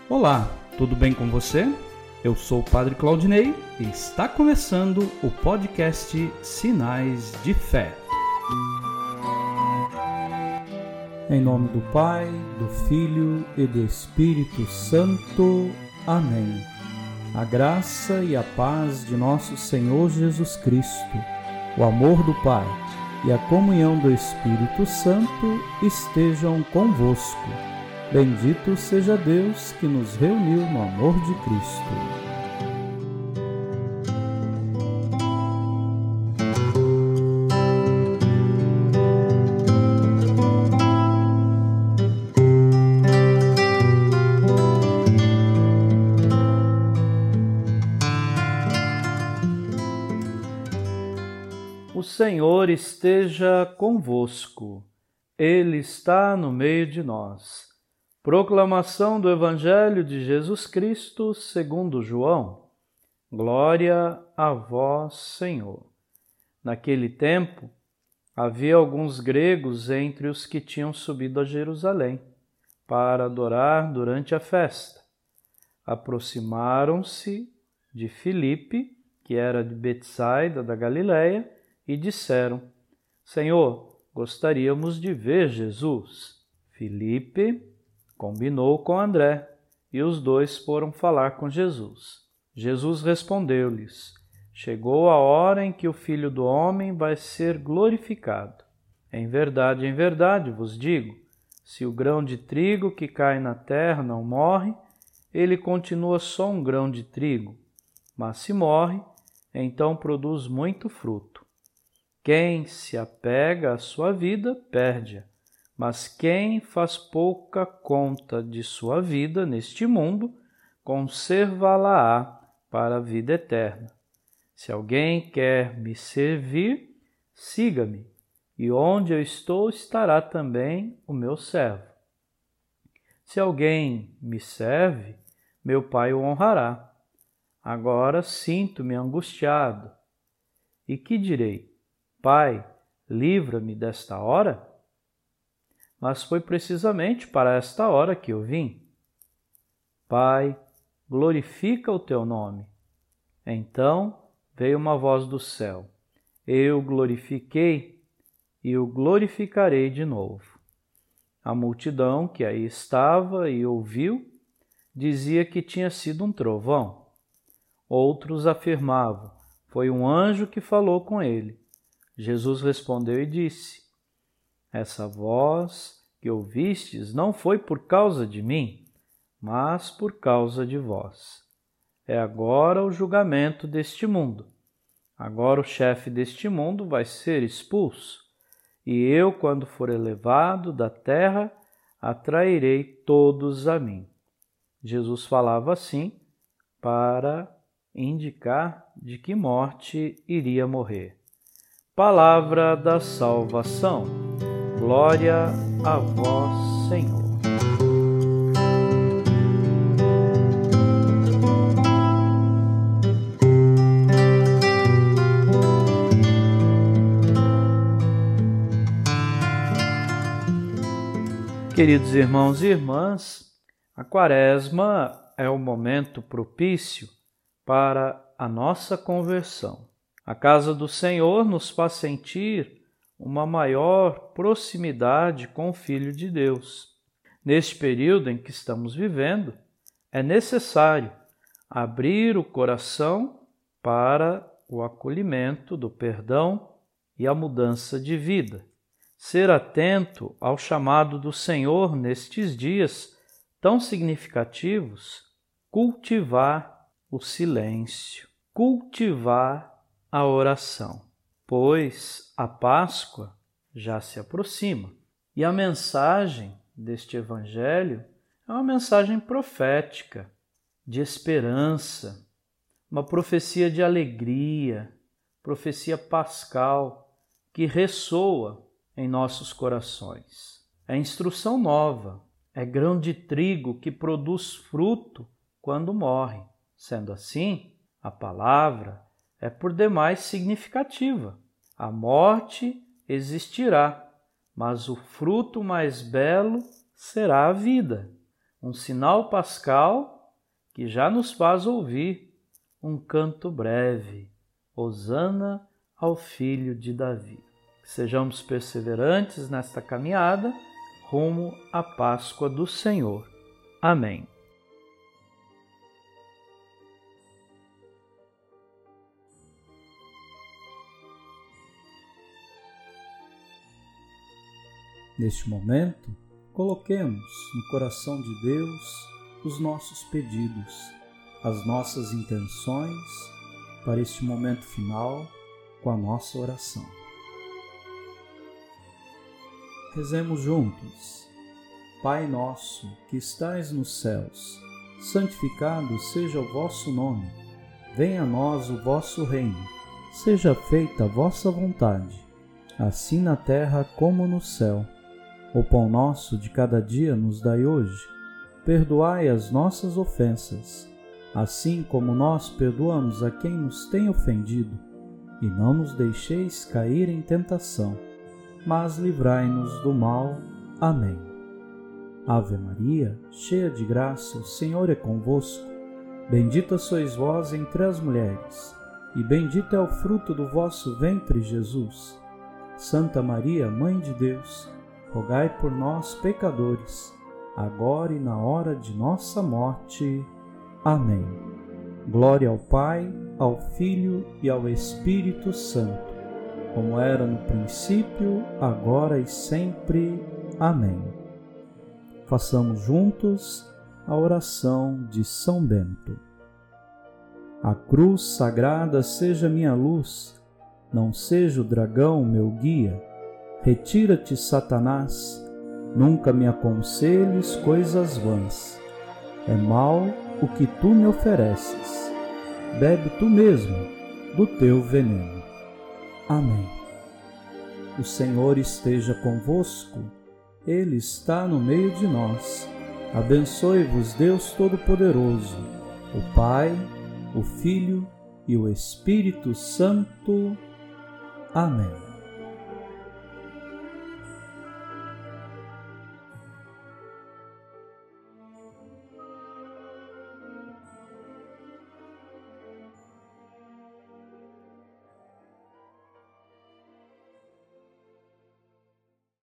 Olá, tudo bem com você? Eu sou o Padre Claudinei e está começando o podcast Sinais de Fé. Em nome do Pai, do Filho e do Espírito Santo. Amém. A graça e a paz de nosso Senhor Jesus Cristo, o amor do Pai e a comunhão do Espírito Santo estejam convosco. Bendito seja Deus que nos reuniu no amor de Cristo. O Senhor esteja convosco. Ele está no meio de nós. Proclamação do Evangelho de Jesus Cristo segundo João. Glória a vós, Senhor. Naquele tempo, havia alguns gregos entre os que tinham subido a Jerusalém para adorar durante a festa. Aproximaram-se de Filipe, que era de Betsaida da Galileia, e disseram: Senhor, gostaríamos de ver Jesus. Filipe combinou com André, e os dois foram falar com Jesus. Jesus respondeu-lhes: Chegou a hora em que o Filho do Homem vai ser glorificado. Em verdade vos digo, se o grão de trigo que cai na terra não morre, ele continua só um grão de trigo, mas se morre, então produz muito fruto. Quem se apega à sua vida, perde-a. Mas quem faz pouca conta de sua vida neste mundo, conservá-la-á para a vida eterna. Se alguém quer me servir, siga-me, e onde eu estou estará também o meu servo. Se alguém me serve, meu Pai o honrará. Agora sinto-me angustiado. E que direi? Pai, livra-me desta hora? Mas foi precisamente para esta hora que eu vim. Pai, glorifica o teu nome. Então veio uma voz do céu. Eu glorifiquei e o glorificarei de novo. A multidão que aí estava e ouviu, dizia que tinha sido um trovão. Outros afirmavam: foi um anjo que falou com ele. Jesus respondeu e disse: Essa voz que ouvistes não foi por causa de mim, mas por causa de vós. É agora o julgamento deste mundo. Agora o chefe deste mundo vai ser expulso, e eu, quando for elevado da terra, atrairei todos a mim. Jesus falava assim para indicar de que morte iria morrer. Palavra da salvação. Glória a vós, Senhor. Queridos irmãos e irmãs, a Quaresma é o momento propício para a nossa conversão. A casa do Senhor nos faz sentir uma maior proximidade com o Filho de Deus. Neste período em que estamos vivendo, é necessário abrir o coração para o acolhimento do perdão e a mudança de vida. Ser atento ao chamado do Senhor nestes dias tão significativos, cultivar o silêncio, cultivar a oração, pois a Páscoa já se aproxima e a mensagem deste Evangelho é uma mensagem profética, de esperança, uma profecia de alegria, profecia pascal que ressoa em nossos corações. É instrução nova, é grão de trigo que produz fruto quando morre. Sendo assim, a palavra é por demais significativa. A morte existirá, mas o fruto mais belo será a vida. um sinal pascal que já nos faz ouvir um canto breve, Hosana ao Filho de Davi. Sejamos perseverantes nesta caminhada rumo à Páscoa do Senhor. Amém. Neste momento, coloquemos no coração de Deus os nossos pedidos, as nossas intenções para este momento final com a nossa oração. Rezemos juntos. Pai nosso, que estais nos céus, santificado seja o vosso nome. Venha a nós o vosso reino. Seja feita a vossa vontade, assim na terra como no céu. O pão nosso de cada dia nos dai hoje. Perdoai as nossas ofensas, assim como nós perdoamos a quem nos tem ofendido. E não nos deixeis cair em tentação, mas livrai-nos do mal. Amém. Ave Maria, cheia de graça, o Senhor é convosco. Bendita sois vós entre as mulheres, e bendito é o fruto do vosso ventre, Jesus. Santa Maria, Mãe de Deus, rogai por nós, pecadores, agora e na hora de nossa morte. Amém. Glória ao Pai, ao Filho e ao Espírito Santo, como era no princípio, agora e sempre. Amém. Façamos juntos a oração de São Bento. A cruz sagrada seja minha luz, não seja o dragão meu guia. Retira-te, Satanás, nunca me aconselhes coisas vãs. É mal o que tu me ofereces, bebe tu mesmo do teu veneno. Amém. O Senhor esteja convosco, Ele está no meio de nós. Abençoe-vos Deus Todo-Poderoso, o Pai, o Filho e o Espírito Santo. Amém.